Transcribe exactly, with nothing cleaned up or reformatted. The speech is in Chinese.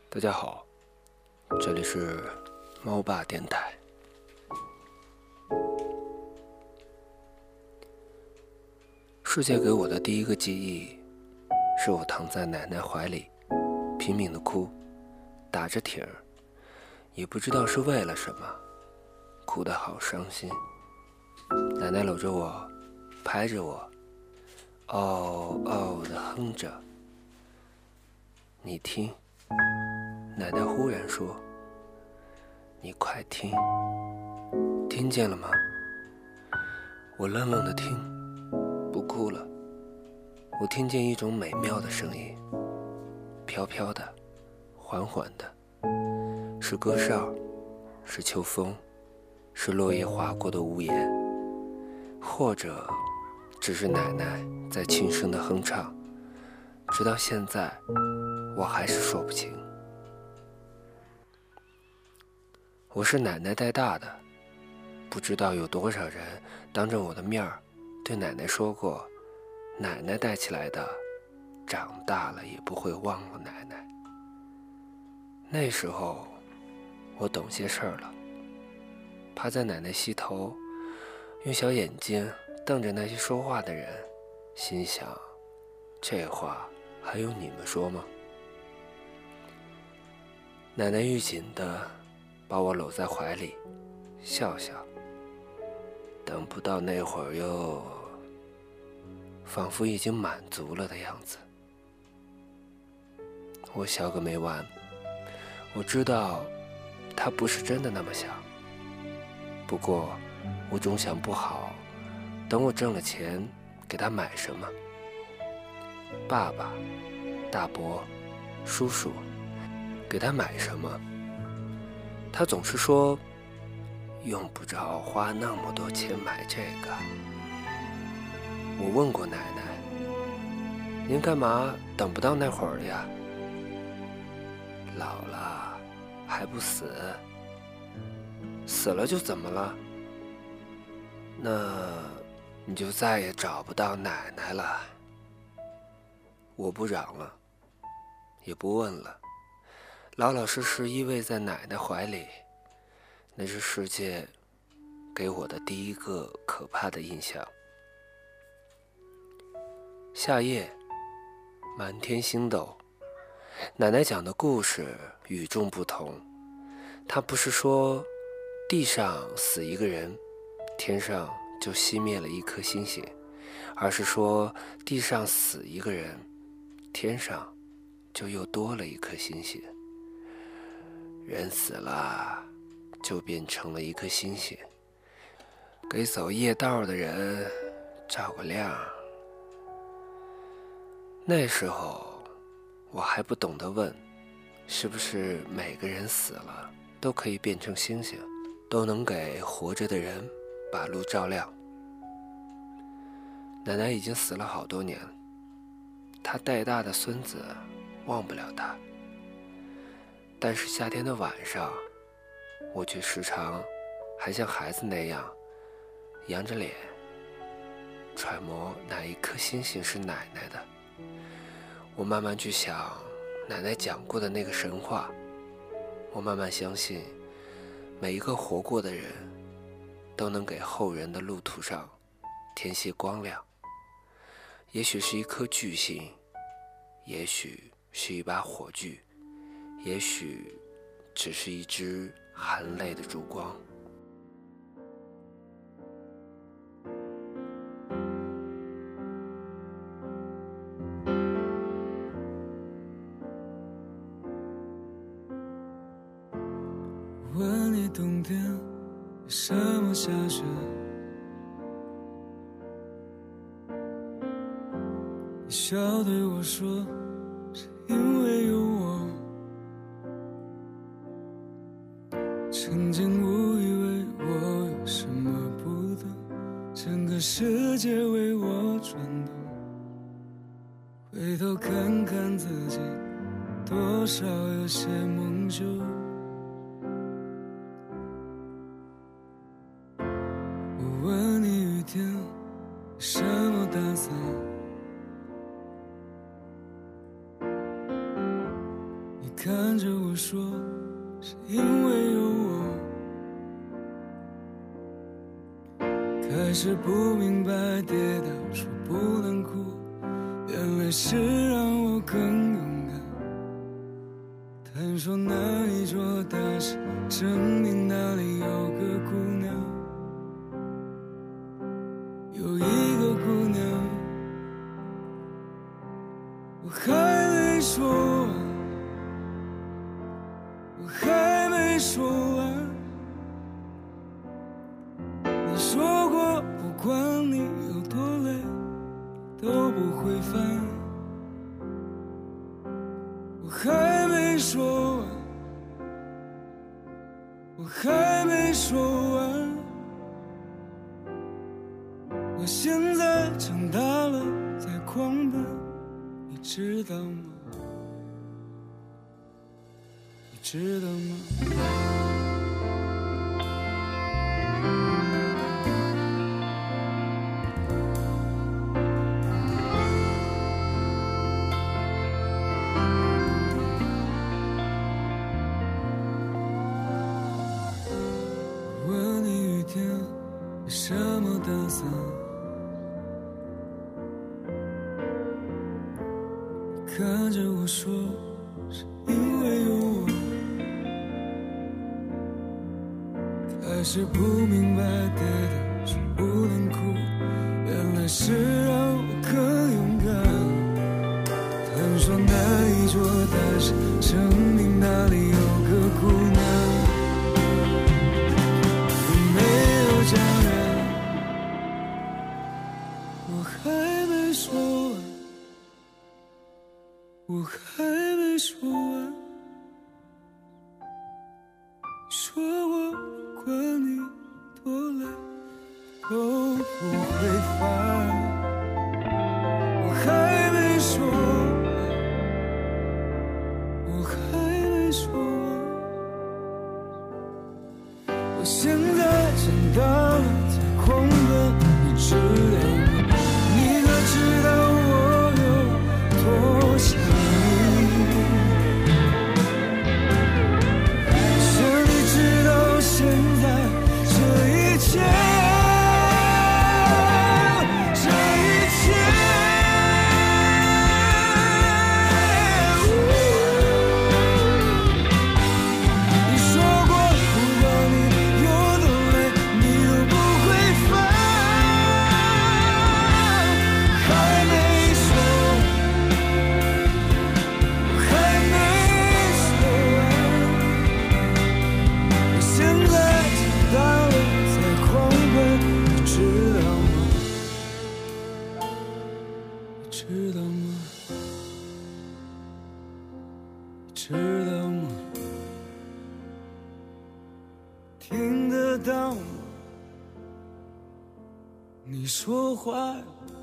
大家好，这里是猫爸电台。世界给我的第一个记忆，是我躺在奶奶怀里，拼命的哭，打着挺儿，也不知道是为了什么，哭得好伤心。奶奶搂着我，拍着我，嗷嗷地哼着。你听，奶奶忽然说：“你快听，听见了吗？”我愣愣地听，不哭了。我听见一种美妙的声音，飘飘的，缓缓的，是歌哨，是秋风，是落叶划过的屋檐，或者只是奶奶在轻声地哼唱。直到现在，我还是说不清。我是奶奶带大的，不知道有多少人当着我的面儿对奶奶说过，奶奶带起来的，长大了也不会忘了奶奶。那时候我懂些事儿了，趴在奶奶膝头，用小眼睛瞪着那些说话的人，心想，这话还用你们说吗？奶奶愈紧地把我搂在怀里，笑笑。等不到那会儿又仿佛已经满足了的样子。我笑个没完。我知道她不是真的那么想，不过我总想不好，等我挣了钱给她买什么。爸爸、大伯、叔叔给他买什么，他总是说用不着花那么多钱买这个。我问过奶奶，您干嘛等不到那会儿呀？老了还不死，死了就怎么了？那你就再也找不到奶奶了。我不嚷了，也不问了，老老实实依偎在奶奶怀里。那是世界给我的第一个可怕的印象。夏夜，满天星斗，奶奶讲的故事与众不同。她不是说地上死一个人，天上就熄灭了一颗星星，而是说地上死一个人，天上就又多了一颗星星。人死了就变成了一颗星星，给走夜道的人照个亮。那时候我还不懂得问，是不是每个人死了都可以变成星星，都能给活着的人把路照亮。奶奶已经死了好多年，她带大的孙子忘不了她，但是夏天的晚上，我却时常还像孩子那样扬着脸，揣摩哪一颗星星是奶奶的。我慢慢去想奶奶讲过的那个神话，我慢慢相信每一个活过的人都能给后人的路途上添些光亮。也许是一颗巨星，也许是一把火炬，也许只是一支含泪的烛光。 问你冬天为什么下雪，你笑对我说是因为有我。曾经误以为我有什么不懂，整个世界为我转动。回头看看自己，多少有些梦旧。我问你雨天为什么打伞，你看着我说，是因为有我。开始不明白，跌倒说不能哭，原来是让我更勇敢。谈说那一桌大事，证明那里有个姑娘，有一个姑娘，我还没说完，我还没说完。你说过不管你有多累都不会烦，我还没说完，我还没说完。我现在长大了，在狂奔，你知道吗？你知道吗？问你雨天为什么打伞？看着我说，是因为有我。开始不明白，跌倒说不能哭，原来是让我更勇敢。谈说那一桌大事，证明那里有个姑娘，我没有家人。我还没说完，我还没说完。说我管你多累都不会烦，我还没说完，我还没说完。我现在长大了，在狂奔，你知道吗？你可知道我有多想你？想你直到现在，这一切，这一切。你说过不管你有多累，你都不会烦。还没说，我还没说完。我现在长大了，在狂奔，你知道吗？你知道吗？你知道吗？听得到吗？你说话